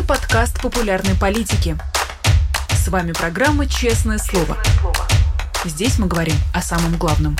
подкаст популярной политики. С вами программа «Честное слово». Здесь мы говорим о самом главном.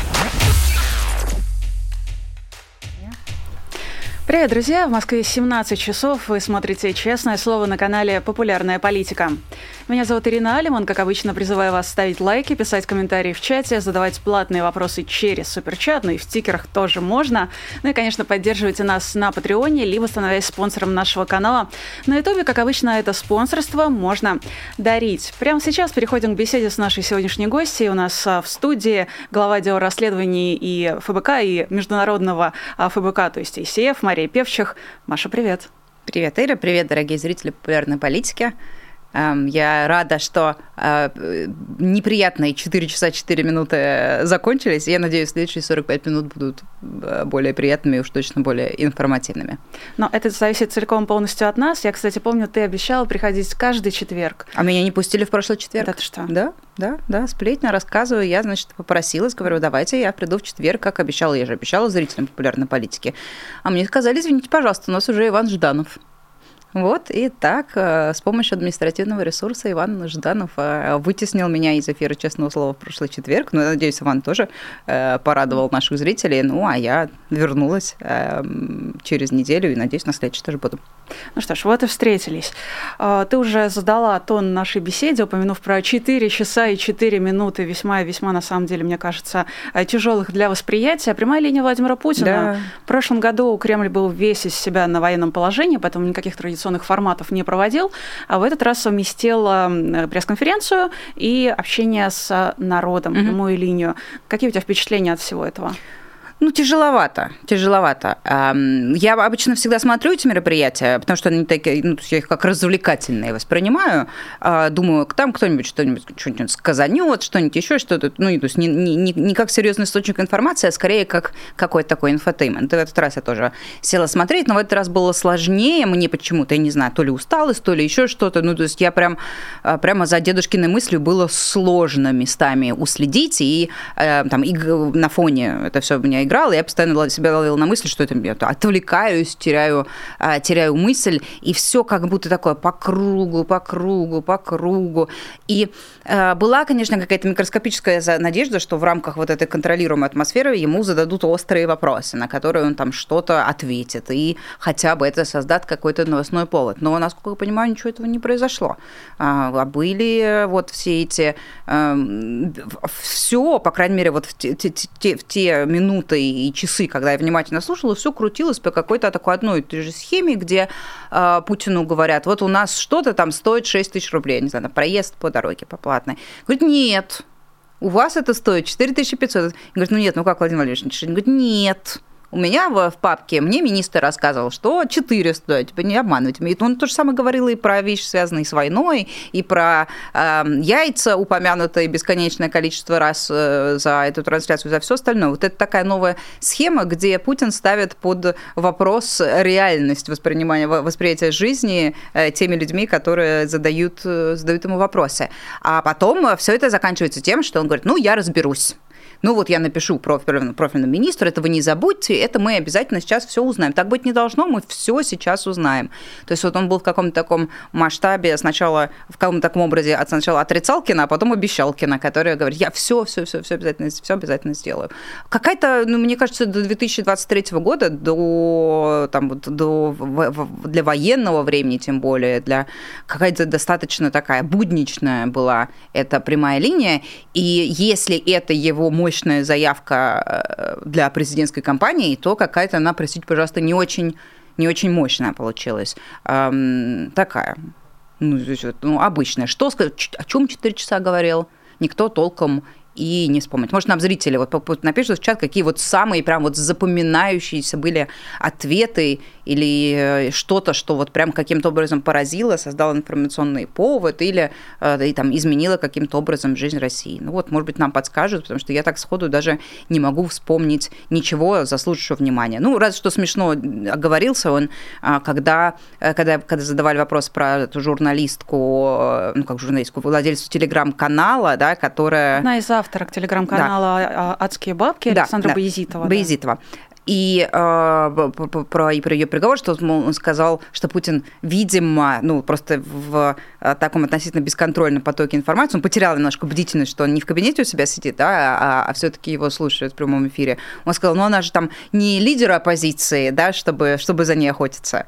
Привет, друзья! В Москве 17 часов. Вы смотрите «Честное слово» на канале «Популярная политика». Меня зовут Ирина Алиман. Как обычно, призываю вас ставить лайки, писать комментарии в чате, задавать платные вопросы через суперчат, ну и в стикерах тоже можно. Ну и, конечно, поддерживайте нас на Патреоне, либо становясь спонсором нашего канала. На Ютубе, как обычно, это спонсорство можно дарить. Прямо сейчас переходим к беседе с нашей сегодняшней гостьей. У нас в студии глава отдела расследований и ФБК, и международного ФБК, то есть ИСЕФ, Мария Певчих. Маша, привет. Привет, Ира. Привет, дорогие зрители популярной политики. Я рада, что неприятные 4 часа 4 минуты закончились. Я надеюсь, следующие 45 минут будут более приятными и уж точно более информативными. Но это зависит целиком полностью от нас. Я, кстати, помню, ты обещала приходить каждый четверг. А меня не пустили в прошлый четверг. Да ты что? Да, сплетня, рассказываю. Я, значит, попросилась, говорю, давайте я приду в четверг, как обещала. Я же обещала зрителям популярной политики. А мне сказали, извините, пожалуйста, у нас уже Иван Жданов. Вот, и так с помощью административного ресурса Иван Жданов вытеснил меня из эфира «Честного слова» в прошлый четверг. Ну, я надеюсь, Иван тоже порадовал наших зрителей. Ну, а я вернулась через неделю и, надеюсь, на следующий тоже буду. Ну что ж, вот и встретились. Ты уже задала тон нашей беседе, упомянув про 4 часа и 4 минуты, весьма, на самом деле, мне кажется, тяжелых для восприятия. Прямая линия Владимира Путина. Да. В прошлом году Кремль был весь из себя на военном положении, поэтому никаких традиционных форматов не проводил, а в этот раз совместил пресс-конференцию и общение с народом, прямую линию. Какие у тебя впечатления от всего этого? Ну, тяжеловато. Я обычно всегда смотрю эти мероприятия, потому что они такие, ну, я их как развлекательные воспринимаю. Думаю, там кто-нибудь что-нибудь сказанет, что-нибудь еще, что-то. Ну, то есть не как серьезный источник информации, а скорее как какой-то такой инфотеймент. И в этот раз я тоже села смотреть, но в этот раз было сложнее. Мне почему-то, я не знаю, то ли усталость, то ли еще что-то. Ну, то есть я прямо за дедушкиной мыслью было сложно местами уследить, и там и на фоне это все у меня играло. Я постоянно себя ловила на мысли, что я отвлекаюсь, теряю мысль, и все как будто такое по кругу. И была, конечно, какая-то микроскопическая надежда, что в рамках вот этой контролируемой атмосферы ему зададут острые вопросы, на которые он там что-то ответит, и хотя бы это создаст какой-то новостной повод. Но, насколько я понимаю, ничего этого не произошло. Были вот все эти... Все, по крайней мере, вот в те минуты и часы, когда я внимательно слушала, все крутилось по какой-то такой одной и той же схеме, где Путину говорят, вот у нас что-то там стоит 6 тысяч рублей, не знаю, проезд по дороге, по платной. Говорит, нет, у вас это стоит 4500. Говорит, ну нет, ну как, Владимир Владимирович? Говорит, нет. У меня в папке мне министр рассказывал, что 4 стоит, типа не обманывайте меня. И он то же самое говорил и про вещи, связанные с войной, и про яйца, упомянутые бесконечное количество раз за эту трансляцию, за все остальное. Вот это такая новая схема, где Путин ставит под вопрос реальность восприятия жизни теми людьми, которые задают ему вопросы. А потом все это заканчивается тем, что он говорит, ну, я разберусь. Ну вот я напишу профильному министру, этого не забудьте, это мы обязательно сейчас все узнаем. Так быть не должно, мы все сейчас узнаем. То есть вот он был в каком-то таком масштабе, сначала в каком-то таком образе, сначала отрицал кино, а потом обещал кино, который говорит, я все обязательно сделаю. Какая-то, ну, мне кажется, до 2023 года, для военного времени тем более, для какая-то достаточно такая будничная была эта прямая линия, и если это его мощная заявка для президентской кампании, то какая-то она, простите, пожалуйста, не очень мощная получилась. Такая, обычная. Что сказать? О чем 4 часа говорил? Никто толком и не вспомнить. Может, нам зрители вот напишут в чат, какие вот самые прям вот запоминающиеся были ответы или что-то, что вот прям каким-то образом поразило, создало информационный повод или и там изменило каким-то образом жизнь России. Ну вот, может быть, нам подскажут, потому что я так сходу даже не могу вспомнить ничего заслуживающего внимания. Ну, разве что смешно оговорился он, когда задавали вопрос про эту журналистку, владельцу телеграм-канала, да, которая... Одна из авторок телеграм-канала «Адские бабки», Александра Боязитова. Боязитова. И про ее приговор, что он сказал, что Путин, видимо, просто в таком относительно бесконтрольном потоке информации, он потерял немножко бдительность, что он не в кабинете у себя сидит, да, а все-таки его слушают в прямом эфире. Он сказал, она же там не лидер оппозиции, да, чтобы за ней охотиться.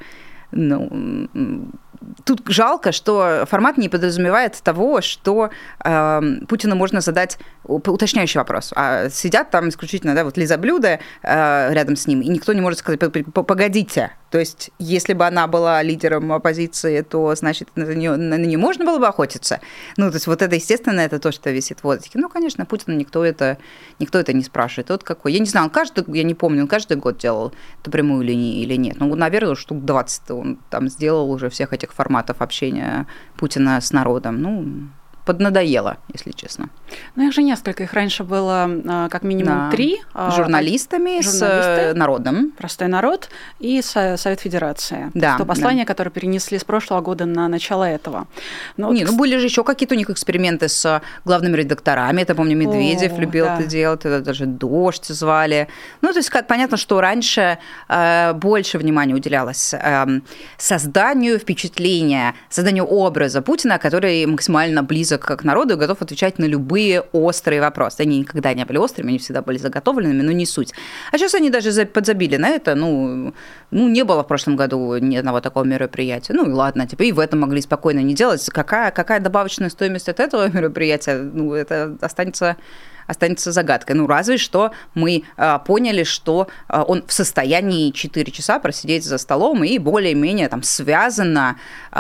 Тут жалко, что формат не подразумевает того, что Путину можно задать уточняющий вопрос. А сидят там исключительно, да, вот лизоблюда рядом с ним, и никто не может сказать, погодите. То есть, если бы она была лидером оппозиции, то, значит, на нее можно было бы охотиться. То есть, вот это, естественно, это то, что висит в воздухе. Конечно, Путина никто это не спрашивает. Вот какой. Я не знаю, я не помню, он каждый год делал эту прямую линию или нет. Наверное, штук 20 он там сделал уже всех этих форматов общения Путина с народом. Поднадоело, если честно. Их же несколько. Их раньше было как минимум 3. Журналистами, с народом. Простой народ и Совет Федерации. Да, то послание, которое перенесли с прошлого года на начало этого. Были же еще какие-то у них эксперименты с главными редакторами. Это, помню, Медведев любил это делать. Это даже «Дождь» звали. То есть понятно, что раньше больше внимания уделялось созданию впечатления, созданию образа Путина, который максимально близок к народу и готов отвечать на любые острые вопросы. Они никогда не были острыми, они всегда были заготовленными, но не суть. А сейчас они даже подзабили на это. Не было в прошлом году ни одного такого мероприятия. И ладно, и в этом могли спокойно не делать. Какая добавочная стоимость от этого мероприятия? Это останется загадкой. Разве что мы поняли, что он в состоянии 4 часа просидеть за столом и более-менее там связанно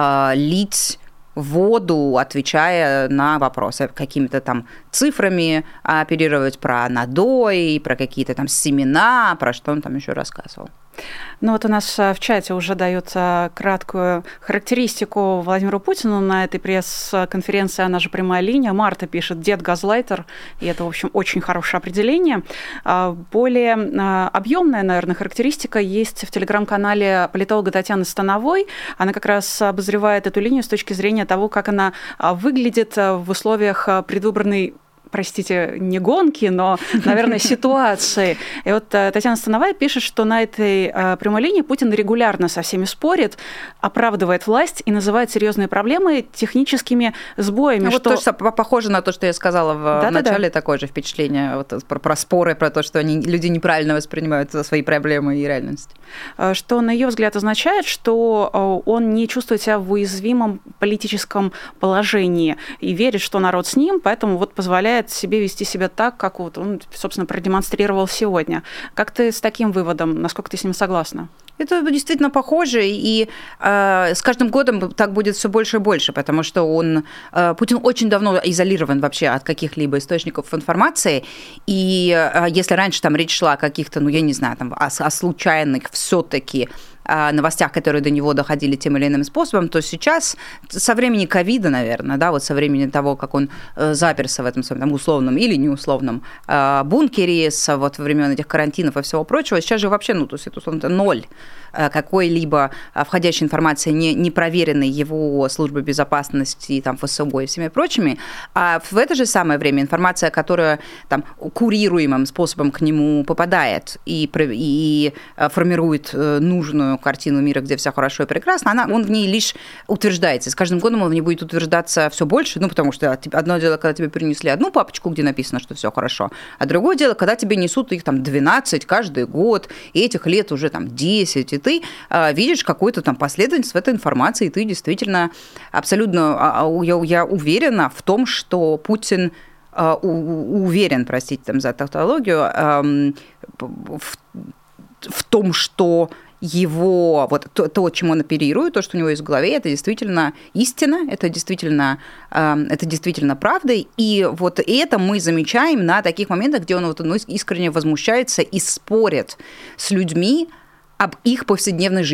лить воду, отвечая на вопросы, какими-то там цифрами оперировать про надой, про какие-то там семена, про что он там еще рассказывал. У нас в чате уже дают краткую характеристику Владимиру Путину на этой пресс-конференции, она же «Прямая линия». Марта пишет «дед-газлайтер», и это, в общем, очень хорошее определение. Более объемная, наверное, характеристика есть в телеграм-канале политолога Татьяны Становой. Она как раз обозревает эту линию с точки зрения того, как она выглядит в условиях предвыборной, простите, не гонки, но, наверное, ситуации. И вот Татьяна Становая пишет, что на этой прямой линии Путин регулярно со всеми спорит, оправдывает власть и называет серьезные проблемы техническими сбоями. Тоже похоже на то, что я сказала в начале, такое же впечатление про споры, про то, что люди неправильно воспринимают свои проблемы и реальность. Что, на ее взгляд, означает, что он не чувствует себя в уязвимом политическом положении и верит, что народ с ним, поэтому позволяет себе вести себя так, как он, собственно, продемонстрировал сегодня. Как ты с таким выводом, насколько ты с ним согласна? Это действительно похоже, и с каждым годом так будет все больше и больше, потому что Путин очень давно изолирован вообще от каких-либо источников информации, и если раньше там речь шла о каких-то, я не знаю, там, о случайных все-таки новостях, которые до него доходили тем или иным способом, то сейчас со времени ковида, наверное, да, со времени того, как он заперся в этом своем там, условном или неусловном бункере, во времен этих карантинов и всего прочего, сейчас же вообще, то есть это условно ноль какой-либо входящей информации, не проверенной его службой безопасности, там, ФСО и всеми прочими, а в это же самое время информация, которая там курируемым способом к нему попадает и формирует нужную картину мира, где все хорошо и прекрасно, он в ней лишь утверждается. С каждым годом он в ней будет утверждаться все больше, потому что одно дело, когда тебе принесли одну папочку, где написано, что все хорошо, а другое дело, когда тебе несут их там 12 каждый год, и этих лет уже там 10, и ты видишь какую-то там последовательность в этой информации, и ты действительно абсолютно, я уверена в том, что Путин уверен, простите там за тавтологию, в том, что его, то, чем он оперирует, то, что у него есть в голове, это действительно истина, это действительно правда, и это мы замечаем на таких моментах, где он искренне возмущается и спорит с людьми об их повседневной жизни.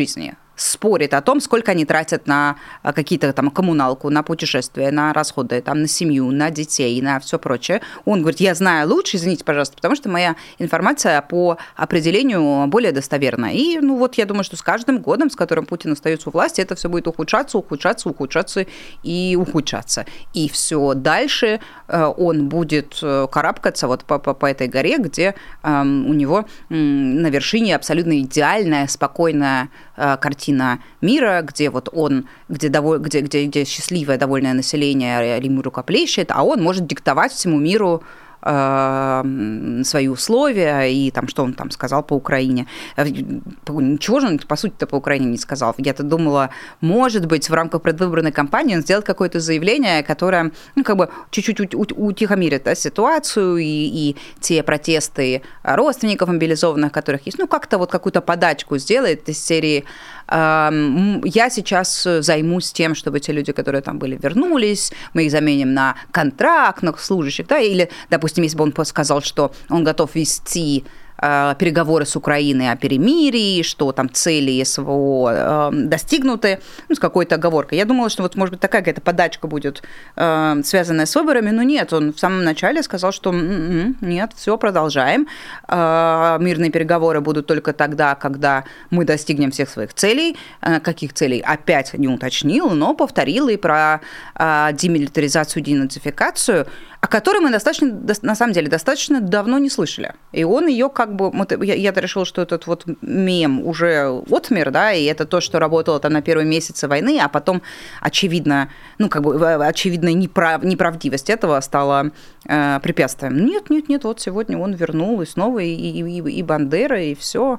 спорит о том, сколько они тратят на какие-то там коммуналку, на путешествия, на расходы, там, на семью, на детей, на все прочее. Он говорит, я знаю лучше, извините, пожалуйста, потому что моя информация по определению более достоверна. И, я думаю, что с каждым годом, с которым Путин остается у власти, это все будет ухудшаться и ухудшаться. И все дальше он будет карабкаться вот по этой горе, где у него на вершине абсолютно идеальная, спокойная картина мира, где где счастливое, довольное население ему рукоплещет, а он может диктовать всему миру свои условия и там, что он там сказал по Украине. Ничего же он, по сути-то, по Украине не сказал. Я-то думала, может быть, в рамках предвыборной кампании он сделает какое-то заявление, которое, чуть-чуть утихомирит ситуацию и те протесты родственников мобилизованных, которых есть, как-то вот какую-то подачку сделает из серии «Я сейчас займусь тем, чтобы те люди, которые там были, вернулись, мы их заменим на контрактных служащих», да, или, допустим, если бы он сказал, что он готов вести переговоры с Украиной о перемирии, что там цели СВО достигнуты, с какой-то оговоркой. Я думала, что вот, может быть, такая какая-то подачка будет связанная с выборами, но нет, он в самом начале сказал, что нет, все, продолжаем. Мирные переговоры будут только тогда, когда мы достигнем всех своих целей. Каких целей? Опять не уточнил, но повторил и про демилитаризацию, денацификацию, о которой мы на самом деле достаточно давно не слышали. И он ее я-то решила, что этот вот мем уже отмер, да, и это то, что работало там на первые месяцы войны, а потом очевидная неправдивость этого стала препятствием. Нет, вот сегодня он вернул и снова и Бандера, и все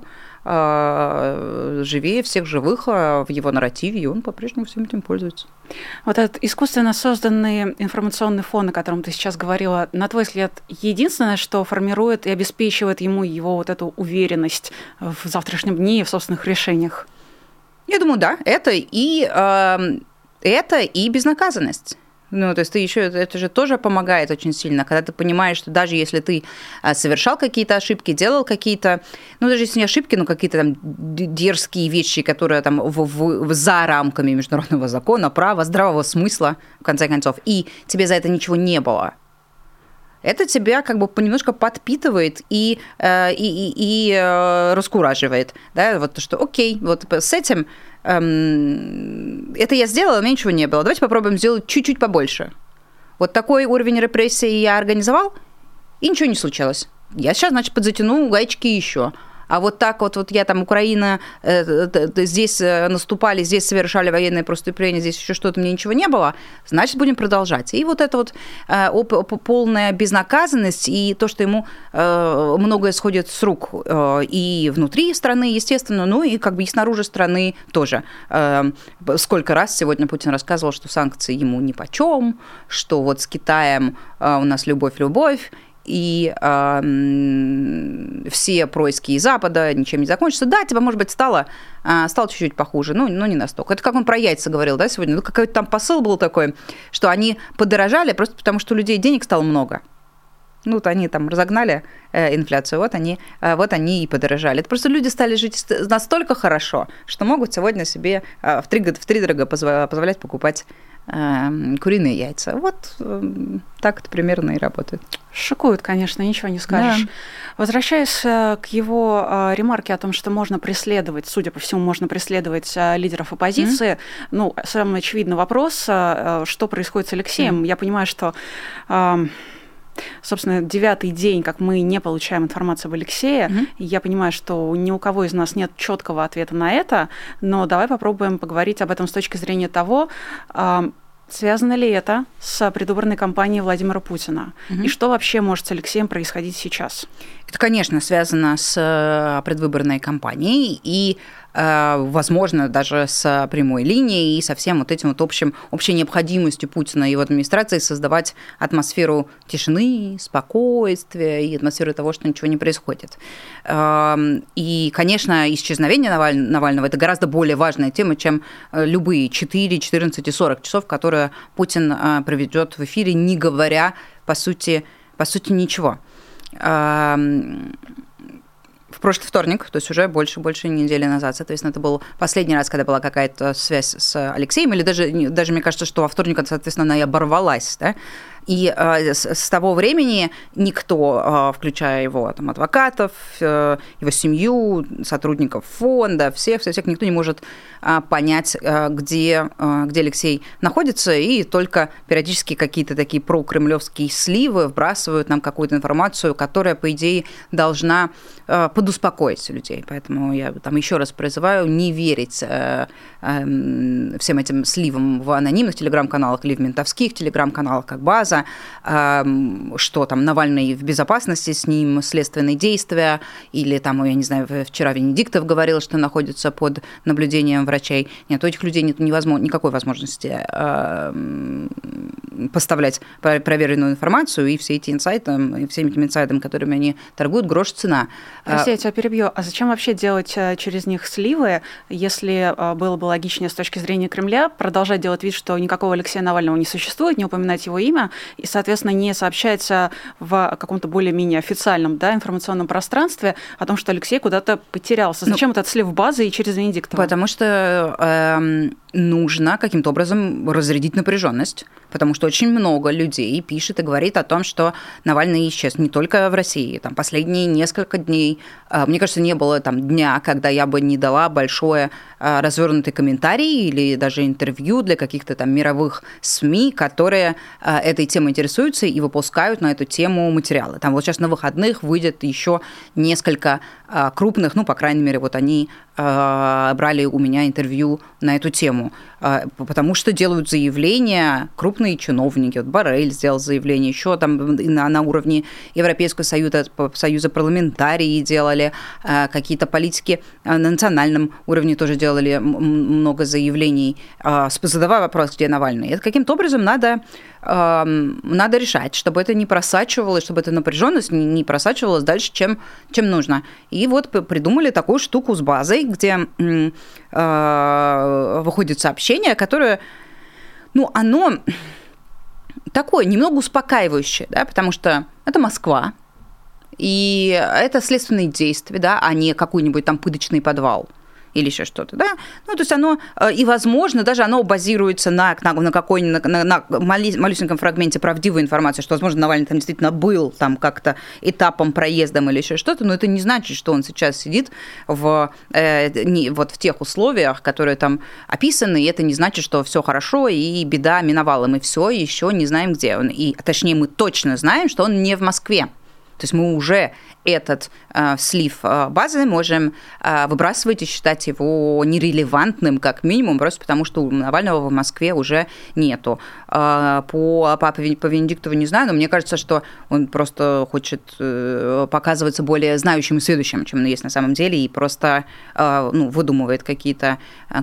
живее всех живых в его нарративе, и он по-прежнему всем этим пользуется. Вот этот искусственно созданный информационный фон, о котором ты сейчас говорила, на твой взгляд, единственное, что формирует и обеспечивает ему его вот эту уверенность в завтрашнем дне и в собственных решениях? Я думаю, да. Это и безнаказанность. То есть это же тоже помогает очень сильно, когда ты понимаешь, что даже если ты совершал какие-то ошибки, делал какие-то, даже если не ошибки, но какие-то там дерзкие вещи, которые там за рамками международного закона, права, здравого смысла, в конце концов, и тебе за это ничего не было, это тебя понемножко подпитывает и раскураживает. Да? Вот что окей, вот с этим это я сделала, у меня ничего не было. Давайте попробуем сделать чуть-чуть побольше. Вот такой уровень репрессий я организовал, и ничего не случилось. Я сейчас, значит, подзатяну гаечки еще. А вот так вот я там, Украина, здесь наступали, здесь совершали военные преступления, здесь еще что-то, мне ничего не было, значит, будем продолжать. И вот эта вот полная безнаказанность и то, что ему многое сходит с рук и внутри страны, естественно, и и снаружи страны тоже. Сколько раз сегодня Путин рассказывал, что санкции ему нипочем, что вот с Китаем у нас любовь, и все происки из Запада ничем не закончатся. Да, может быть, стало чуть-чуть похуже, но не настолько. Это как он про яйца говорил, да, сегодня? Какой-то там посыл был такой, что они подорожали просто потому, что у людей денег стало много. Они там разогнали инфляцию, вот они и подорожали. Это просто люди стали жить настолько хорошо, что могут сегодня себе втридорого позволять покупать куриные яйца. Вот так это примерно и работает. Шокует, конечно, ничего не скажешь. Да. Возвращаясь к его ремарке о том, что можно преследовать, судя по всему, можно преследовать лидеров оппозиции, самый очевидный вопрос, что происходит с Алексеем. Я понимаю, что собственно, 9-й день, как мы не получаем информацию об Алексее, и я понимаю, что ни у кого из нас нет четкого ответа на это, но давай попробуем поговорить об этом с точки зрения того, связано ли это с предвыборной кампанией Владимира Путина, и что вообще может с Алексеем происходить сейчас? Это, конечно, связано с предвыборной кампанией и, возможно, даже с прямой линией и со всем вот этим вот общей необходимостью Путина и его администрации создавать атмосферу тишины, спокойствия и атмосферу того, что ничего не происходит. И, конечно, исчезновение Навального – это гораздо более важная тема, чем любые 4, 14 и 40 часов, которые Путин проведет в эфире, не говоря, по сути, ничего. В прошлый вторник, то есть уже больше недели назад. Соответственно, это был последний раз, когда была какая-то связь с Алексеем, или даже мне кажется, что во вторник, соответственно, она и оборвалась, да? И с того времени никто, включая его там, адвокатов, его семью, сотрудников фонда, всех, никто не может понять, где Алексей находится, и только периодически какие-то такие прокремлевские сливы вбрасывают нам какую-то информацию, которая, по идее, должна подуспокоить людей. Поэтому я там еще раз призываю не верить всем этим сливам в анонимных телеграм-каналах или в ментовских телеграм-каналах, как база, что там Навальный в безопасности, с ним следственные действия, или там, я не знаю, вчера Венедиктов говорил, что находится под наблюдением врачей. Нет, у этих людей нет никакой возможности поставлять проверенную информацию, и все эти инсайты, и всеми этими инсайтами, которыми они торгуют, грош цена. Прости, я тебя перебью. А зачем вообще делать через них сливы, если было бы логичнее с точки зрения Кремля продолжать делать вид, что никакого Алексея Навального не существует, не упоминать его имя, и, соответственно, не сообщается в каком-то более-менее официальном, да, информационном пространстве о том, что Алексей куда-то потерялся? Зачем этот слив базы и через Венедиктова? Потому что нужно каким-то образом разрядить напряженность, потому что очень много людей пишет и говорит о том, что Навальный исчез не только в России. Там, последние несколько дней, мне кажется, не было там дня, когда я бы не дала большое развернутый комментарий или даже интервью для каких-то там мировых СМИ, которые этой темой интересуются и выпускают на эту тему материалы. Там вот сейчас на выходных выйдет еще несколько крупных, ну, по крайней мере, вот они брали у меня интервью на эту тему, потому что делают заявления крупные чиновники. Вот Боррель сделал заявление, еще там на уровне Европейского союза парламентарии делали, какие-то политики на национальном уровне тоже делали много заявлений, задавая вопрос, где Навальный. Это каким-то образом надо решать, чтобы это не просачивалось, чтобы эта напряженность не просачивалась дальше, чем нужно. И вот придумали такую штуку с базой, где выходит сообщение, которое, ну, оно такое немного успокаивающее, да, потому что это Москва, и это следственные действия, да, а не какой-нибудь там пыточный подвал или еще что-то, да. Ну, то есть оно, и, возможно, даже оно базируется на малюсеньком фрагменте правдивой информации, что, возможно, Навальный там действительно был там как-то этапом, проездом или еще что-то, но это не значит, что он сейчас сидит вот в тех условиях, которые там описаны, и это не значит, что все хорошо, и беда миновала. Мы все еще не знаем, где он. И, точнее, мы точно знаем, что он не в Москве. То есть мы уже этот слив базы можем выбрасывать и считать его нерелевантным, как минимум, просто потому что у Навального в Москве уже нету. По Венедиктову не знаю, но мне кажется, что он просто хочет показываться более знающим и следующим, чем он есть на самом деле, и просто выдумывает какие-то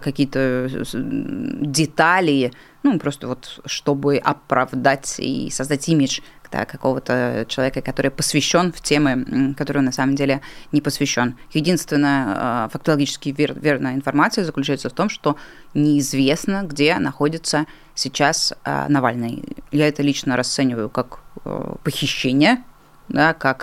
детали, просто вот чтобы оправдать и создать имидж какого-то человека, который посвящен в темы, которые на самом деле не посвящен. Единственная фактологически верная информация заключается в том, что неизвестно, где находится сейчас Навальный. Я это лично расцениваю как похищение, да, как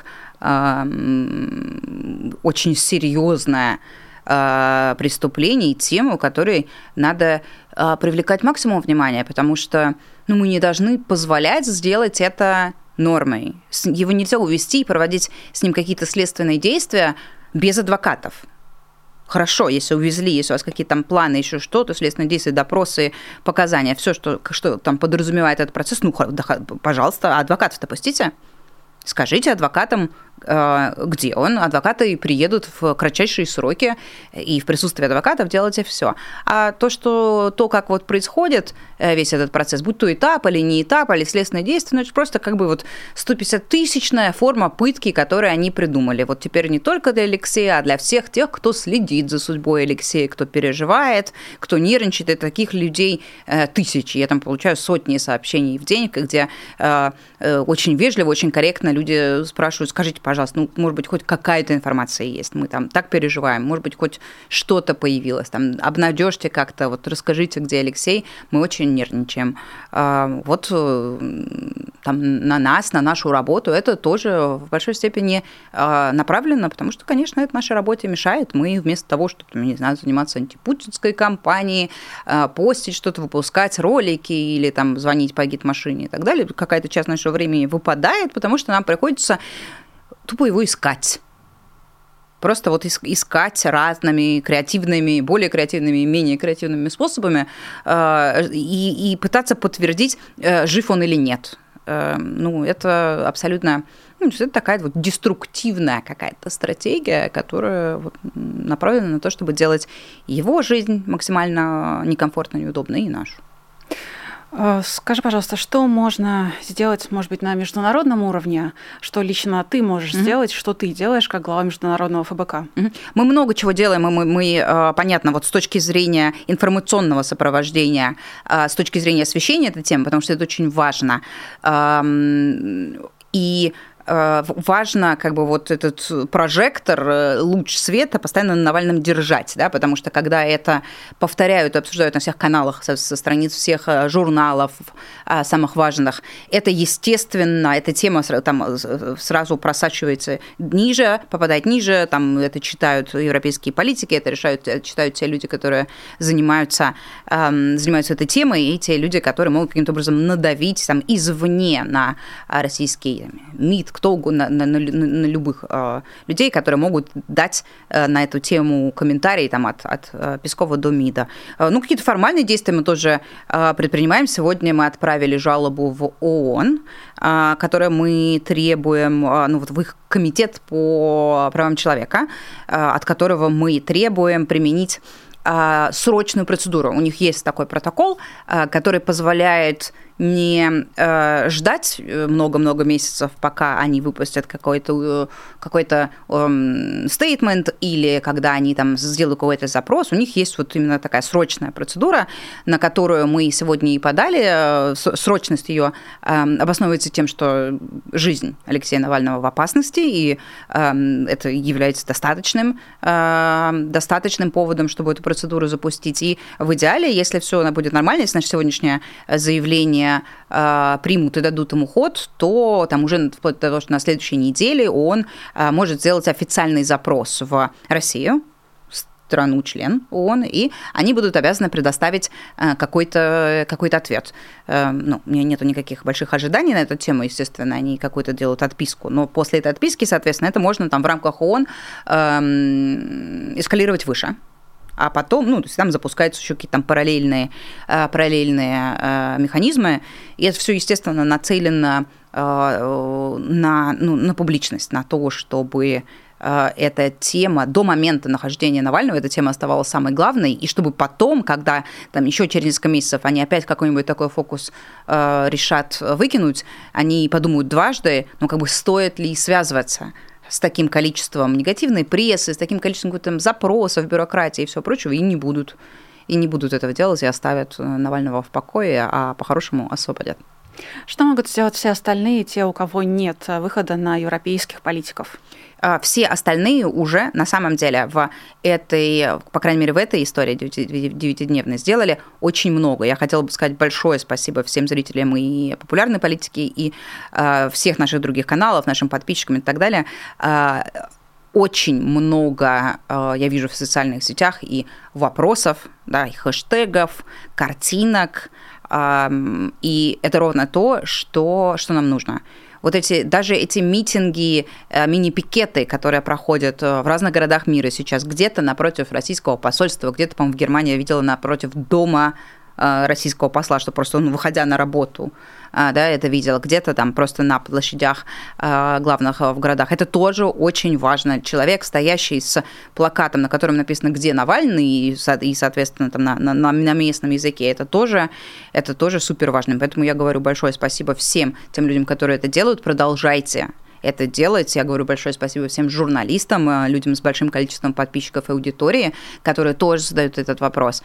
очень серьезное преступление и тему, которой надо привлекать максимум внимания, потому что мы не должны позволять сделать это нормой. Его нельзя увести и проводить с ним какие-то следственные действия без адвокатов. Хорошо, если увезли, если у вас какие-то там планы, еще что-то, следственные действия, допросы, показания, все, что там подразумевает этот процесс, пожалуйста, адвокатов-то пустите. Скажите адвокатам, где он. Адвокаты приедут в кратчайшие сроки, и в присутствии адвокатов делайте все. А то, как вот происходит весь этот процесс, будь то этап или не этап, или следственное действие, это просто как бы вот 150-тысячная форма пытки, которую они придумали. Вот теперь не только для Алексея, а для всех тех, кто следит за судьбой Алексея, кто переживает, кто нервничает, и таких людей тысячи. Я там получаю сотни сообщений в день, где очень вежливо, очень корректно люди спрашивают: скажите, пожалуйста, может быть, хоть какая-то информация есть, мы там так переживаем, может быть, хоть что-то появилось, там, обнадежьте как-то, вот расскажите, где Алексей, мы очень нервничаем. Вот на нас, на нашу работу, это тоже в большой степени направлено, потому что, конечно, это нашей работе мешает. Мы вместо того, чтобы, не знаю, заниматься антипутинской кампанией, постить что-то, выпускать ролики или там звонить по гид-машине и так далее, какая-то часть нашего времени выпадает, потому что нам приходится тупо его искать. Просто вот искать разными креативными, более креативными и менее креативными способами и пытаться подтвердить, жив он или нет. Это абсолютно... это такая вот деструктивная какая-то стратегия, которая вот направлена на то, чтобы делать его жизнь максимально некомфортно, неудобной, и нашу. Скажи, пожалуйста, что можно сделать, может быть, на международном уровне, что лично ты можешь сделать, что ты делаешь как глава международного ФБК? Мы много чего делаем, мы, понятно, вот с точки зрения информационного сопровождения, с точки зрения освещения этой темы, потому что это очень важно. И важно как бы вот этот прожектор, луч света постоянно на Навальном держать, да, потому что когда это повторяют и обсуждают на всех каналах, со страниц всех журналов самых важных, это, естественно, эта тема там сразу просачивается ниже, попадает ниже, там это читают европейские политики, это читают те люди, которые занимаются этой темой, и те люди, которые могут каким-то образом надавить там извне на российский МИД, кто угодно, на любых людей, которые могут дать на эту тему комментарии там, от Пескова до МИДа. Какие-то формальные действия мы тоже предпринимаем. Сегодня мы отправили жалобу в ООН, которую мы требуем, в их комитет по правам человека, от которого мы требуем применить срочную процедуру. У них есть такой протокол, который позволяет не ждать много-много месяцев, пока они выпустят какой-то стейтмент или когда они там сделают какой-то запрос. У них есть вот именно такая срочная процедура, на которую мы сегодня и подали. Срочность ее обосновывается тем, что жизнь Алексея Навального в опасности, и это является достаточным поводом, чтобы эту процедуру запустить. И в идеале, если все будет нормально, если наше сегодняшнее заявление примут и дадут ему ход, то там уже вплоть до того, что на следующей неделе он может сделать официальный запрос в Россию, страну-член ООН, и они будут обязаны предоставить какой-то ответ. У меня нету никаких больших ожиданий на эту тему, естественно, они какую-то делают отписку, но после этой отписки, соответственно, это можно там в рамках ООН эскалировать выше. А потом, то есть там запускаются еще какие-то там параллельные механизмы, и это все, естественно, нацелено на публичность, на то, чтобы эта тема до момента нахождения Навального, эта тема оставалась самой главной, и чтобы потом, когда там еще через несколько месяцев они опять какой-нибудь такой фокус решат выкинуть, они подумают дважды, стоит ли связываться с таким количеством негативной прессы, с таким количеством каких-то запросов, бюрократии и всего прочего, и не будут этого делать, и оставят Навального в покое, а по-хорошему освободят. Что могут сделать все остальные, те, у кого нет выхода на европейских политиков? Все остальные уже, на самом деле, по крайней мере, в этой истории 9-дневной сделали очень много. Я хотела бы сказать большое спасибо всем зрителям и популярной политики, и всех наших других каналов, нашим подписчикам и так далее. Очень много я вижу в социальных сетях и вопросов, да, и хэштегов, картинок, и это ровно то, что нам нужно. Даже эти митинги, мини-пикеты, которые проходят в разных городах мира сейчас, где-то напротив российского посольства, где-то, по-моему, в Германии я видела напротив дома российского посла, что просто он, выходя на работу, да, это видела, где-то там просто на площадях главных в городах. Это тоже очень важно. Человек, стоящий с плакатом, на котором написано «Где Навальный?» и соответственно, там на местном языке, это тоже супер важно. Поэтому я говорю большое спасибо всем тем людям, которые это делают. Продолжайте это делать. Я говорю большое спасибо всем журналистам, людям с большим количеством подписчиков и аудитории, которые тоже задают этот вопрос.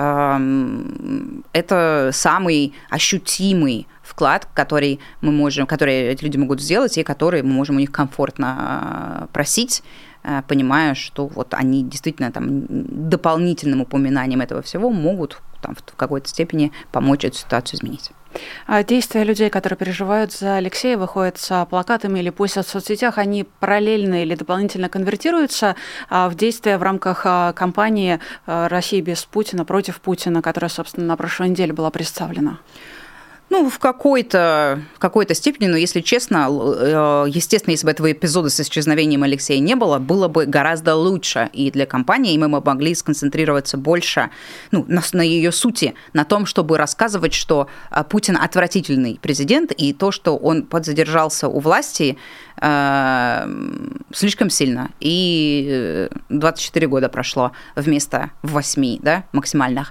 Это самый ощутимый вклад, который эти люди могут сделать, и который мы можем у них комфортно просить, понимая, что вот они действительно там дополнительным упоминанием этого всего могут там, в какой-то степени помочь эту ситуацию изменить. Действия людей, которые переживают за Алексея, выходят с плакатами или постят в соцсетях, они параллельно или дополнительно конвертируются в действия в рамках кампании «Россия без Путина», против Путина, которая, собственно, на прошлой неделе была представлена? Ну, в какой-то степени, но, если честно, естественно, если бы этого эпизода с исчезновением Алексея не было, было бы гораздо лучше и для компании, и мы бы могли сконцентрироваться больше на ее сути, на том, чтобы рассказывать, что Путин отвратительный президент, и то, что он подзадержался у власти слишком сильно. И 24 года прошло вместо 8, да, максимальных.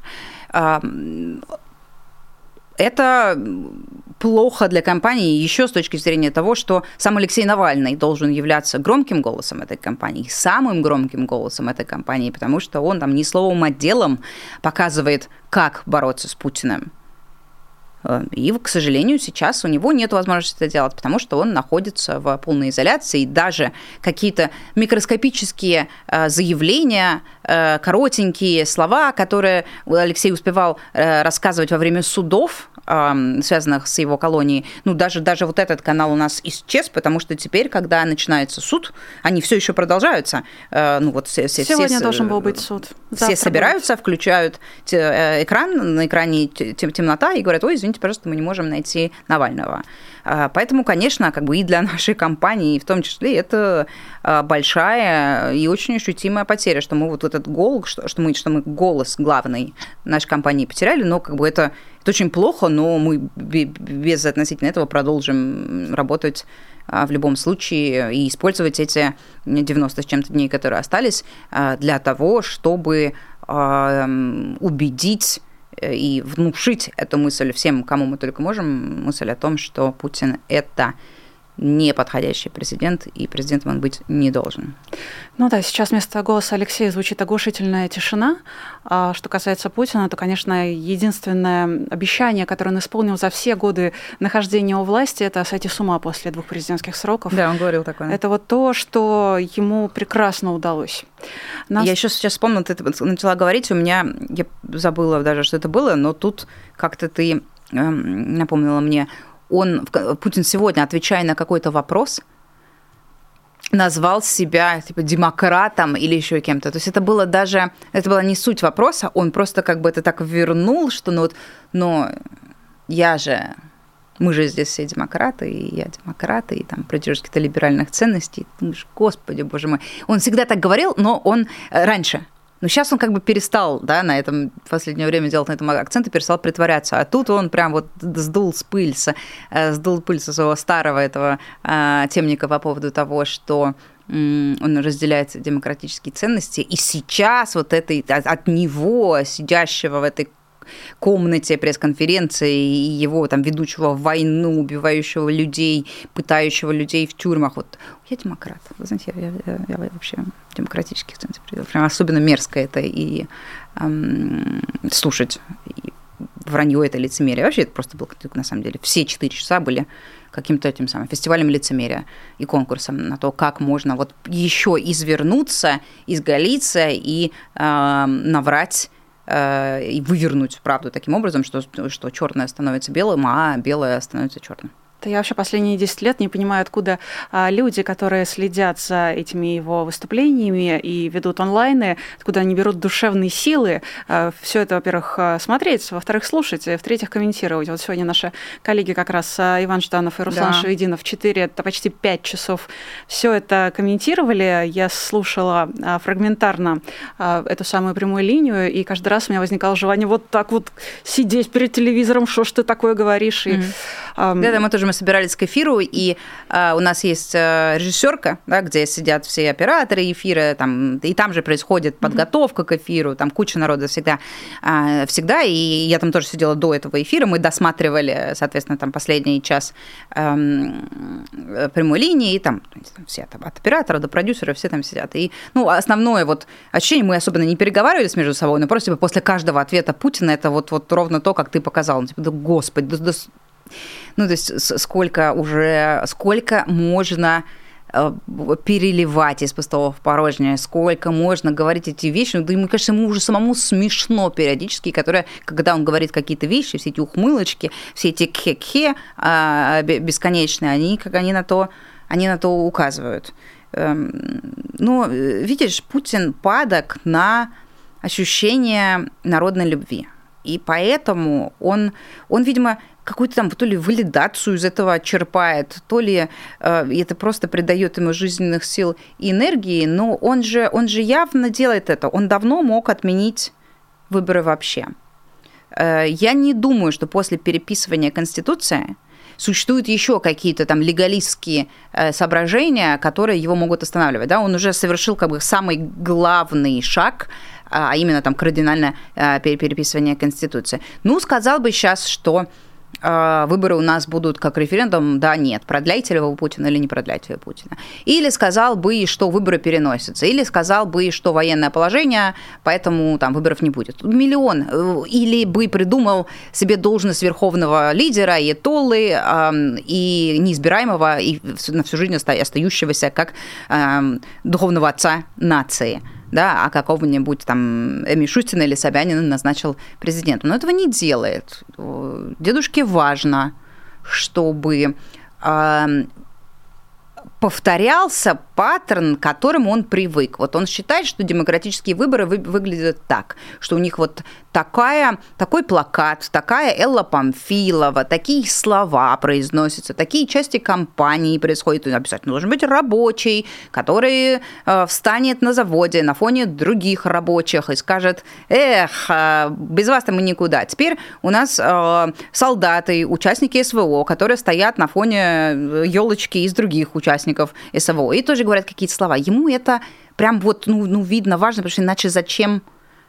Это плохо для компании еще с точки зрения того, что сам Алексей Навальный должен являться громким голосом этой компании, самым громким голосом этой компании, потому что он там не словом, а делом показывает, как бороться с Путиным. И, к сожалению, сейчас у него нет возможности это делать, потому что он находится в полной изоляции, и даже какие-то микроскопические заявления, коротенькие слова, которые Алексей успевал рассказывать во время судов, связанных с его колонией, даже вот этот канал у нас исчез, потому что теперь, когда начинается суд, они все еще продолжаются. Сегодня должен был быть суд. Все собираются, будет. Включают экран, на экране темнота и говорят: ой, извините, пожалуйста, мы не можем найти Навального. Поэтому, конечно, и для нашей компании, в том числе, это большая и очень ощутимая потеря, что мы вот этот голос, что мы голос главный нашей компании потеряли, но это очень плохо, но мы без относительно этого продолжим работать в любом случае и использовать эти 90 с чем-то дней, которые остались, для того, чтобы убедить и внушить эту мысль всем, кому мы только можем, мысль о том, что Путин – это неподходящий президент, и президентом он быть не должен. Сейчас вместо голоса Алексея звучит оглушительная тишина. А что касается Путина, то, конечно, единственное обещание, которое он исполнил за все годы нахождения у власти, это сойти с ума после 2 президентских сроков. Да, он говорил такое. Это вот то, что ему прекрасно удалось. Я еще сейчас вспомнила, ты начала говорить, я забыла даже, что это было, но тут как-то ты напомнила мне. Путин сегодня, отвечая на какой-то вопрос, назвал себя демократом или еще кем-то. То есть это была не суть вопроса, он просто это так вернул, что мы же здесь все демократы, и я демократ, и там придерживаюсь каких-то либеральных ценностей. Ты думаешь, господи, боже мой. Он всегда так говорил, но он раньше. Но сейчас он перестал, да, на этом в последнее время делать на этом акцент и перестал притворяться. А тут он прям сдул пыль со своего старого этого темника по поводу того, что он разделяет демократические ценности. И сейчас от него, сидящего в этой комнате пресс-конференции, и его ведущего в войну, убивающего людей, пытающего людей в тюрьмах. Я демократ. Вы знаете, я вообще демократических ценностей. Прям особенно мерзко это и слушать и вранье, это лицемерие. Вообще это просто было, на самом деле, все 4 часа были каким-то этим самым фестивалем лицемерия и конкурсом на то, как можно еще извернуться, изгалиться и наврать и вывернуть правду таким образом, что черное становится белым, а белое становится черным. Я вообще последние 10 лет не понимаю, откуда люди, которые следят за этими его выступлениями и ведут онлайны, откуда они берут душевные силы все это, во-первых, смотреть, во-вторых, слушать, и в-третьих, комментировать. Вот сегодня наши коллеги как раз Иван Жданов и Руслан Шевединов 4, почти 5 часов все это комментировали. Я слушала фрагментарно эту самую прямую линию, и каждый раз у меня возникало желание вот так сидеть перед телевизором, что ж ты такое говоришь. Да, мы собирались к эфиру, и у нас есть режиссерка, да, где сидят все операторы эфира, и там же происходит подготовка к эфиру, там куча народа всегда, и я там тоже сидела до этого эфира, мы досматривали, соответственно, последний час прямой линии, и там все от оператора до продюсера все там сидят. И основное ощущение, мы особенно не переговаривались между собой, но просто после каждого ответа Путина это ровно то, как ты показал. Да господи, то есть сколько можно переливать из пустого в порожнее, сколько можно говорить эти вещи. Ну, да, мне кажется, ему уже самому смешно периодически, когда он говорит какие-то вещи, все эти ухмылочки, все эти кхе-кхе бесконечные, они на то указывают. Но, видишь, Путин падок на ощущение народной любви. И поэтому он видимо, какую-то там то ли валидацию из этого черпает, то ли это просто придает ему жизненных сил и энергии, но он же явно делает это. Он давно мог отменить выборы вообще. Я не думаю, что после переписывания Конституции существуют еще какие-то там легалистские соображения, которые его могут останавливать. Да? Он уже совершил как бы самый главный шаг, а именно там кардинальное переписывание Конституции. Ну, сказал бы сейчас, что выборы у нас будут как референдум, да, нет, продляйте ли вы Путина или не продляйте ли Путина. Или сказал бы, что выборы переносятся, или сказал бы, что военное положение, поэтому там выборов не будет. Миллион. Или бы придумал себе должность верховного лидера, аятоллы, и неизбираемого, и на всю жизнь остающегося как духовного отца нации. Да, а какого-нибудь там Мишустина или Собянина назначил президентом. Но этого не делает. Дедушке важно, чтобы повторялся паттерн, к которому он привык. Вот он считает, что демократические выборы выглядят так, что у них вот такой плакат, такая Элла Памфилова, такие слова произносятся, такие части кампании происходят. Обязательно должен быть рабочий, который встанет на заводе на фоне других рабочих и скажет: эх, без вас-то мы никуда. Теперь у нас солдаты, участники СВО, которые стоят на фоне елочки из других участников СВО и тоже говорят какие-то слова. Ему это прям вот, видно, важно, потому что иначе зачем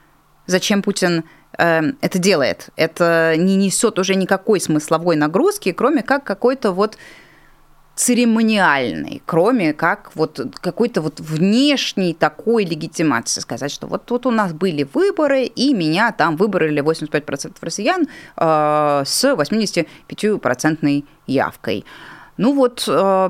Путин это делает? Это не несет уже никакой смысловой нагрузки, кроме как какой-то вот церемониальной, кроме как вот какой-то вот внешней такой легитимации. Сказать, что вот у нас были выборы, и меня там выбрали 85% россиян с 85% явкой. Ну вот,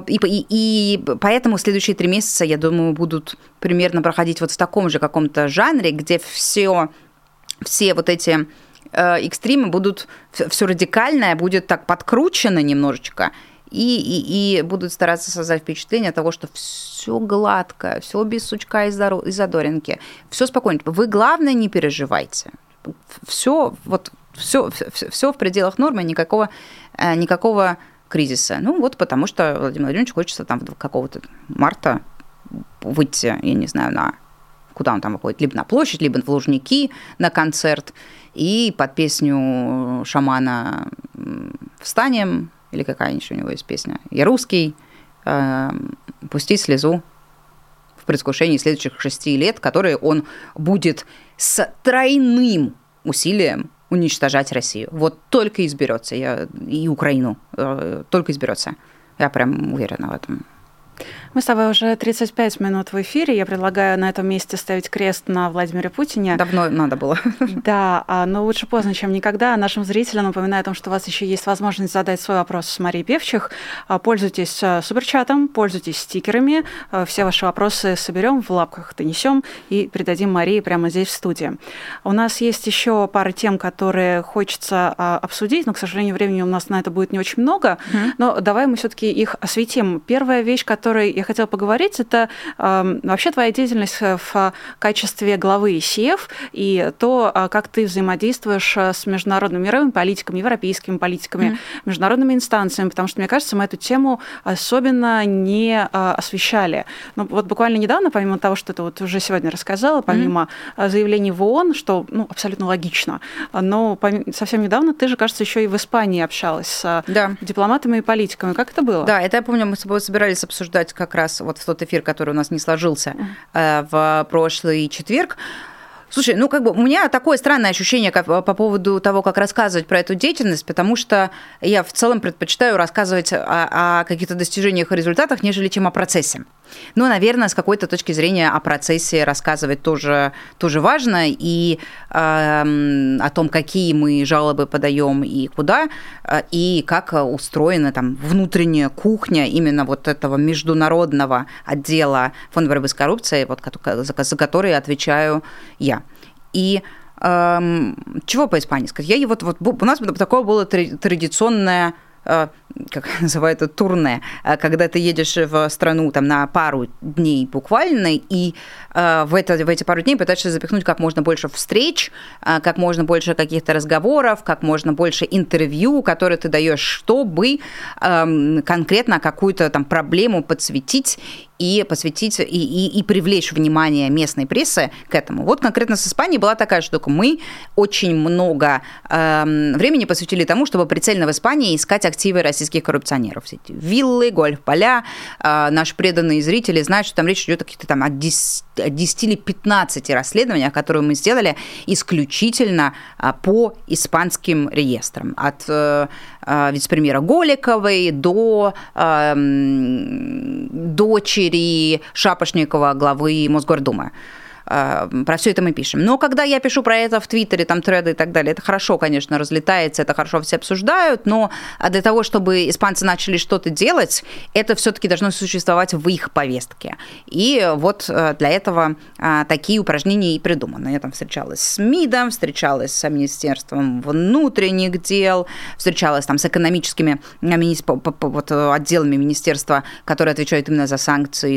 и поэтому следующие 3 месяца, я думаю, будут примерно проходить вот в таком же каком-то жанре, где все вот эти экстримы будут, все радикальное будет так подкручено немножечко, и будут стараться создать впечатление того, что все гладко, все без сучка и задоринки, все спокойно. Вы, главное, не переживайте. Все в пределах нормы, никакого кризиса. Ну вот потому что Владимиру Владимировичу хочется там какого-то марта выйти, я не знаю, куда он там выходит, либо на площадь, либо в Лужники на концерт, и под песню шамана «Встанем», или какая-нибудь у него есть песня, «Я русский», пустить слезу в предвкушении следующих 6 лет, которые он будет с тройным усилием уничтожать Россию. Вот только изберется, и Украину, только изберется. Я прям уверена в этом. Мы с тобой уже 35 минут в эфире. Я предлагаю на этом месте ставить крест на Владимире Путине. Давно надо было. Да, но лучше поздно, чем никогда. Нашим зрителям напоминаю о том, что у вас еще есть возможность задать свой вопрос с Марией Певчих. Пользуйтесь суперчатом, пользуйтесь стикерами. Все ваши вопросы соберем, в лапках донесем и передадим Марии прямо здесь в студии. У нас есть еще пара тем, которые хочется обсудить, но, к сожалению, времени у нас на это будет не очень много. Но давай мы все-таки их осветим. Первая вещь, которой я хотела поговорить, это вообще твоя деятельность в качестве главы ИСИЭФ и то, как ты взаимодействуешь с международными мировыми политиками, европейскими политиками, международными инстанциями, потому что, мне кажется, мы эту тему особенно не освещали. Но вот буквально недавно, помимо того, что ты вот уже сегодня рассказала, помимо заявлений в ООН, что абсолютно логично, но совсем недавно ты же, кажется, еще и в Испании общалась с дипломатами и политиками. Как это было? Да, это я помню, мы с тобой собирались обсуждать как раз вот в тот эфир, который у нас не сложился в прошлый четверг. Слушай, ну как бы у меня такое странное ощущение по поводу того, как рассказывать про эту деятельность, потому что я в целом предпочитаю рассказывать о каких-то достижениях и результатах, нежели чем о процессе. Ну, наверное, с какой-то точки зрения о процессе рассказывать тоже важно, и о том, какие мы жалобы подаем и куда, и как устроена там внутренняя кухня именно вот этого международного отдела Фонда борьбы с коррупцией, вот, за который отвечаю я. И чего по Испании сказать? У нас такое было традиционное, как называют это, турне, когда ты едешь в страну там, на пару дней буквально, и в эти пару дней пытаешься запихнуть как можно больше встреч, как можно больше каких-то разговоров, как можно больше интервью, которые ты даешь, чтобы конкретно какую-то там проблему подсветить и посвятить, и привлечь внимание местной прессы к этому. Вот конкретно с Испанией была такая штука. Мы очень много времени посвятили тому, чтобы прицельно в Испании искать активы российских коррупционеров. Все эти виллы, гольф-поля. Наши преданные зрители знают, что там речь идет о каких-то там от 10 или 15 расследованиях, которые мы сделали исключительно по испанским реестрам. От вице-премьера Голиковой до дочери Шапошникова, главы Мосгордумы. Про все это мы пишем. Но когда я пишу про это в Твиттере, там треды и так далее, это хорошо, конечно, разлетается, это хорошо все обсуждают, но для того, чтобы испанцы начали что-то делать, это все-таки должно существовать в их повестке. И вот для этого такие упражнения и придуманы. Я там встречалась с МИДом, встречалась с Министерством внутренних дел, встречалась там с экономическими отделами министерства, которые отвечают именно за санкции,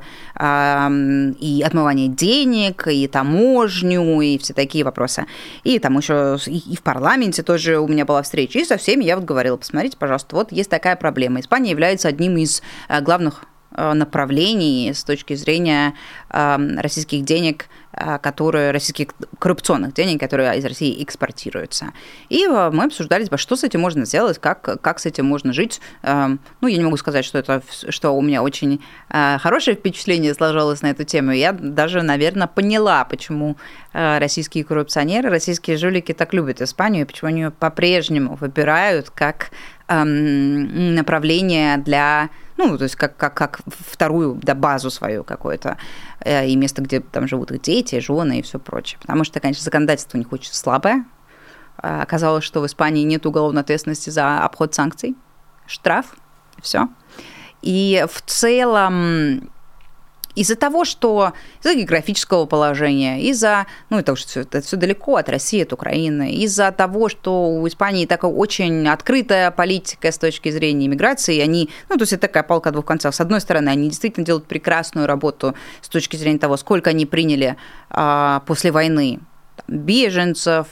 и отмывание денег, и таможню, и все такие вопросы. И там еще и в парламенте тоже у меня была встреча, и со всеми я вот говорила: посмотрите, пожалуйста, вот есть такая проблема. Испания является одним из главных направлений с точки зрения российских денег, российских коррупционных денег, которые из России экспортируются. И мы обсуждали, что с этим можно сделать, как с этим можно жить. Ну, я не могу сказать, что у меня очень хорошее впечатление сложилось на эту тему. Я даже, наверное, поняла, почему российские коррупционеры, российские жулики так любят Испанию, и почему они ее по-прежнему выбирают как направление для, то есть как вторую базу свою какую-то, и место, где там живут их дети, жены и все прочее. Потому что, конечно, законодательство у них очень слабое. Оказалось, что в Испании нет уголовной ответственности за обход санкций, штраф, и все. И в целом из-за того, что из-за географического положения, из-за, это все далеко от России, от Украины, из-за того, что у Испании такая очень открытая политика с точки зрения иммиграции, они, то есть это такая палка о двух концах. С одной стороны, они действительно делают прекрасную работу с точки зрения того, сколько они приняли после войны беженцев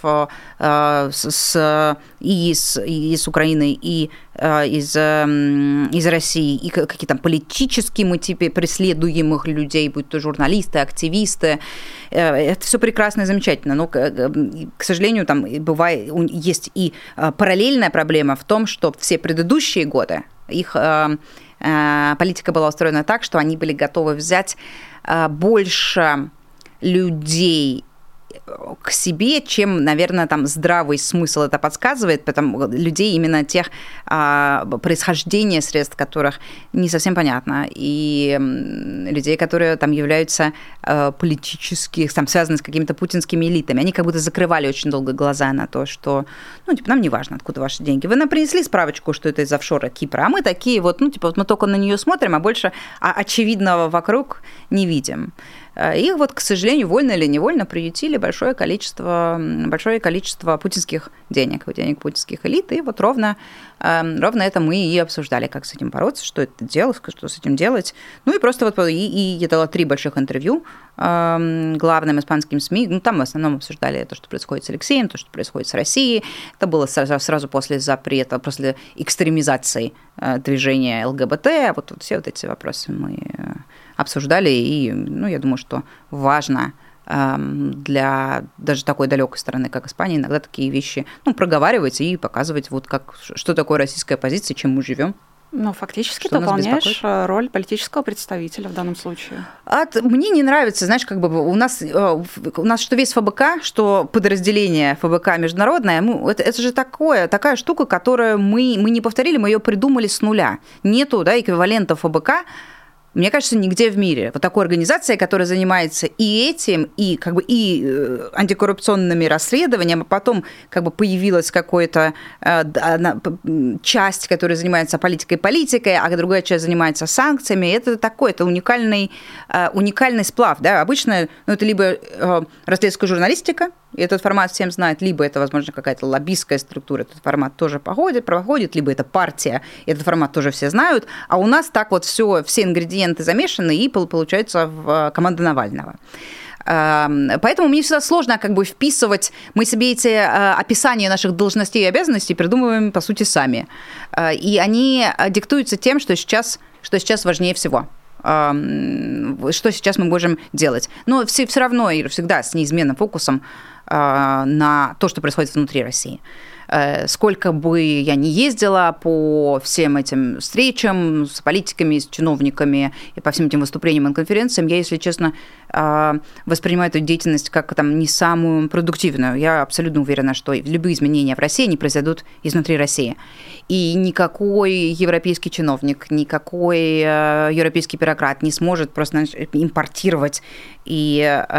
из Украины и из России, и какие там политические мотивы преследуемых людей, будь то журналисты, активисты. Это все прекрасно и замечательно, но, к сожалению, там есть и параллельная проблема в том, что все предыдущие годы их политика была устроена так, что они были готовы взять больше людей к себе, чем, наверное, там здравый смысл это подсказывает, потому людей именно тех происхождения средств, которых не совсем понятно, и людей, которые там являются политически, там, связаны с какими-то путинскими элитами. Они как будто закрывали очень долго глаза на то, что, нам не важно, откуда ваши деньги. Вы нам принесли справочку, что это из офшора Кипра, а мы такие мы только на нее смотрим, а больше очевидного вокруг не видим. Их к сожалению, вольно или невольно приютили большое количество путинских денег путинских элит, и ровно это мы и обсуждали, как с этим бороться, что это делать, что с этим делать. И просто я дала 3 больших интервью главным испанским СМИ. Там в основном обсуждали то, что происходит с Алексеем, то, что происходит с Россией. Это было сразу после запрета, после экстремизации движения ЛГБТ. Все эти вопросы мы обсуждали, и, я думаю, что важно для даже такой далекой страны, как Испания, иногда такие вещи проговаривать и показывать, что такое российская позиция, чем мы живем. Ну, фактически ты выполняешь роль политического представителя в данном случае. Мне не нравится, знаешь, как бы у нас что весь ФБК, что подразделение ФБК международное, это же такая штука, которую мы не повторили, мы ее придумали с нуля. Нету, да, эквивалента ФБК, мне кажется, нигде в мире. Вот такой организация, которая занимается и этим, и как бы и антикоррупционными расследованиями, а потом как бы появилась какая-то часть, которая занимается политикой, а другая часть занимается санкциями. Это уникальный сплав. Да? Обычно это либо расследовательская журналистика, и этот формат всем знает, либо это, возможно, какая-то лоббистская структура, этот формат тоже проходит, либо это партия, этот формат тоже все знают, а у нас так вот все ингредиенты замешаны, и получается в команда Навального. Поэтому мне всегда сложно как бы вписывать, мы себе эти описания наших должностей и обязанностей придумываем, по сути, сами. И они диктуются тем, что сейчас важнее всего. Что сейчас мы можем делать. Но все равно и всегда с неизменным фокусом на то, что происходит внутри России. Сколько бы я ни ездила по всем этим встречам с политиками, с чиновниками и по всем этим выступлениям и конференциям, я, если честно, воспринимаю эту деятельность как не самую продуктивную. Я абсолютно уверена, что любые изменения в России не произойдут изнутри России. И никакой европейский чиновник, никакой европейский бюрократ не сможет просто импортировать и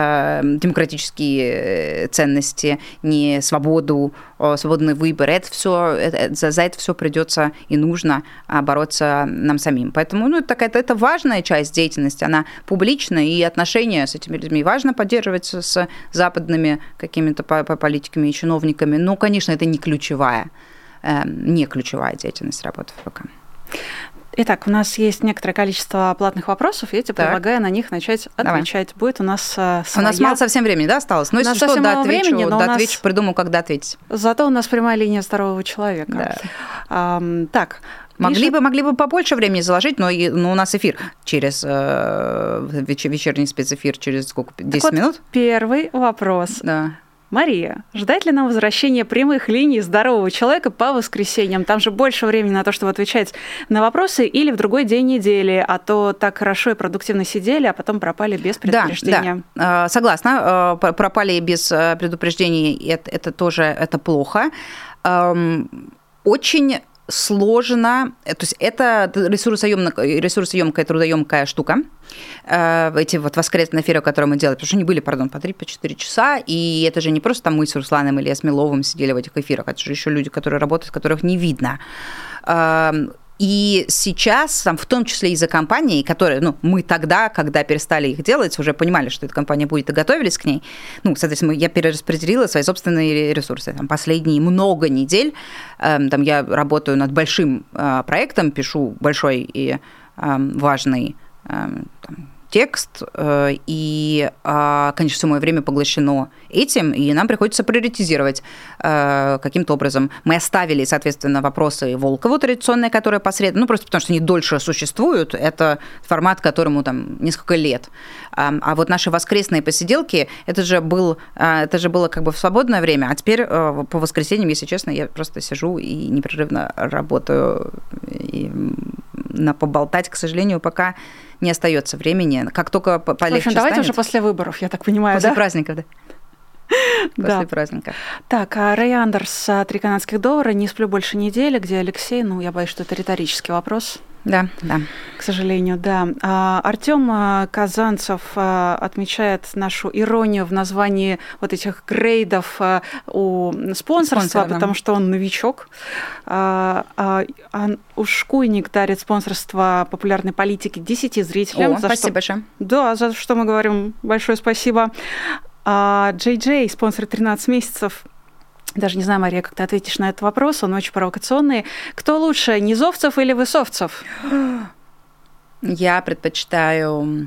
демократические ценности, не свободу, свободный выбор. За это все придется и нужно бороться нам самим. Поэтому это важная часть деятельности, она публичная, и отношения с этими людьми важно поддерживать с западными какими-то политиками и чиновниками. Но, конечно, это не ключевая деятельность работы ФБК. Итак, у нас есть некоторое количество платных вопросов, я тебе предлагаю на них начать отвечать. Давай. Будет у нас своя... У нас мало совсем времени, да, осталось? Но если что, отвечу, придумаю, когда ответить. Зато у нас прямая линия здорового человека. Да. Так. Могли бы побольше времени заложить, но у нас эфир через вечерний спецэфир через сколько? 10 минут? Первый вопрос. Да. Мария, ждать ли нам возвращения прямых линий здорового человека по воскресеньям? Там же больше времени на то, чтобы отвечать на вопросы, или в другой день недели, а то так хорошо и продуктивно сидели, а потом пропали без предупреждения. Да, согласна. Пропали без предупреждений, это плохо. Очень сложно, то есть это ресурсоемкая, трудоемкая штука, эти воскресные эфиры, которые мы делали, потому что они были, по 3-4 часа, и это же не просто мы с Русланом или с Миловым сидели в этих эфирах, это же еще люди, которые работают, которых не видно. И сейчас, в том числе из-за компаний, которые, мы тогда, когда перестали их делать, уже понимали, что эта компания будет, и готовились к ней. Соответственно, я перераспределила свои собственные ресурсы. Последние много недель я работаю над большим проектом, пишу большой и важный текст, и, конечно, все мое время поглощено этим, и нам приходится приоритизировать каким-то образом. Мы оставили, соответственно, вопросы Волкову традиционные, которые посредственно, просто потому что они дольше существуют, это формат, которому несколько лет. А вот наши воскресные посиделки, это же было как бы в свободное время, а теперь по воскресеньям, если честно, я просто сижу и непрерывно работаю, и на поболтать, к сожалению, пока не остается времени. Как только полегче станет. Давайте уже после выборов, я так понимаю, после праздников, да? После праздника. Так, Рэй Андерс, $3 канадских доллара, не сплю больше недели, где Алексей? Я боюсь, что это риторический вопрос. Да. К сожалению, да. Артём Казанцев отмечает нашу иронию в названии вот этих грейдов у спонсорства, потому что он новичок. Ушкуйник дарит спонсорство популярной политики 10 зрителям. Спасибо большое. Да, за что мы говорим большое спасибо. Джей Джей спонсор 13 месяцев. Даже не знаю, Мария, как ты ответишь на этот вопрос, он очень провокационный. Кто лучше, низовцев или высовцев? Я предпочитаю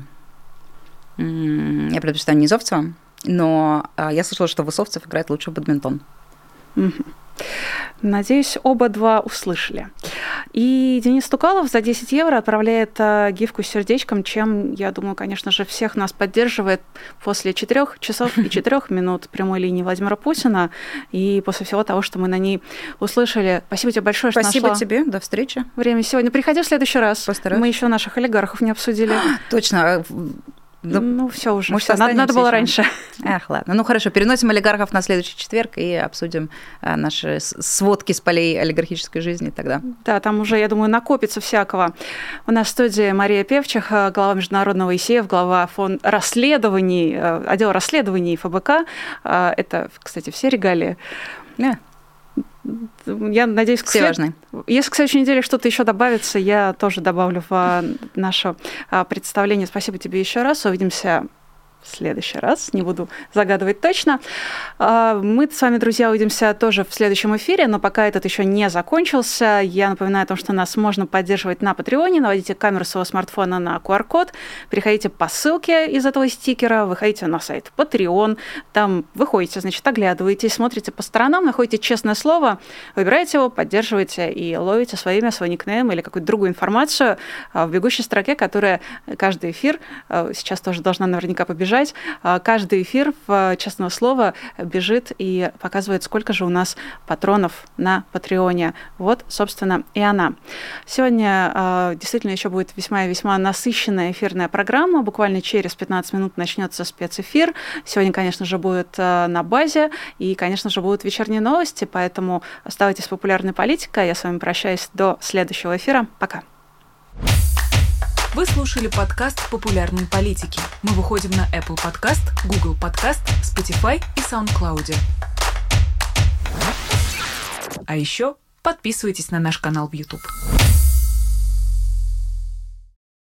низовцева, но я слышала, что высовцев играет лучше в бадминтон. Надеюсь, оба два услышали. И Денис Стукалов за 10 евро отправляет гифку с сердечком, чем, я думаю, конечно же, всех нас поддерживает после 4 часов и 4 минут прямой линии Владимира Путина и после всего того, что мы на ней услышали. Спасибо тебе большое, что Спасибо нашла тебе, до встречи. Время сегодня. Приходи в следующий раз. Постараюсь. Мы еще наших олигархов не обсудили. Точно. Ну, все уже. Может, Надо было раньше. Ах, ладно. Ну, хорошо, переносим олигархов на следующий четверг и обсудим наши сводки с полей олигархической жизни тогда. Да, там уже, я думаю, накопится всякого. У нас в студии Мария Певчих, глава международного ИСЕФ, глава отдела расследований ФБК. Это, кстати, все регалии. Да. Я надеюсь, все важны. Если к следующей неделе что-то еще добавится, я тоже добавлю в наше представление. Спасибо тебе еще раз. Увидимся в следующий раз. Не буду загадывать точно. Мы с вами, друзья, увидимся тоже в следующем эфире, но пока этот еще не закончился, я напоминаю о том, что нас можно поддерживать на Патреоне. Наводите камеру своего смартфона на QR-код, переходите по ссылке из этого стикера, выходите на сайт Patreon, там выходите, значит, оглядываетесь, смотрите по сторонам, находите честное слово, выбираете его, поддерживаете и ловите свое имя, свой никнейм или какую-то другую информацию в бегущей строке, которая каждый эфир, сейчас тоже должна наверняка побежать, каждый эфир в «Честное слово» бежит и показывает, сколько же у нас патронов на Патреоне. Вот, собственно, и она. Сегодня действительно еще будет весьма и весьма насыщенная эфирная программа. Буквально через 15 минут начнется спецэфир. Сегодня, конечно же, будет на базе и, конечно же, будут вечерние новости, поэтому оставайтесь с популярной политикой. Я с вами прощаюсь до следующего эфира. Пока. Вы слушали подкаст «Популярные политики». Мы выходим на Apple Podcast, Google Podcast, Spotify и SoundCloud. А еще подписывайтесь на наш канал в YouTube.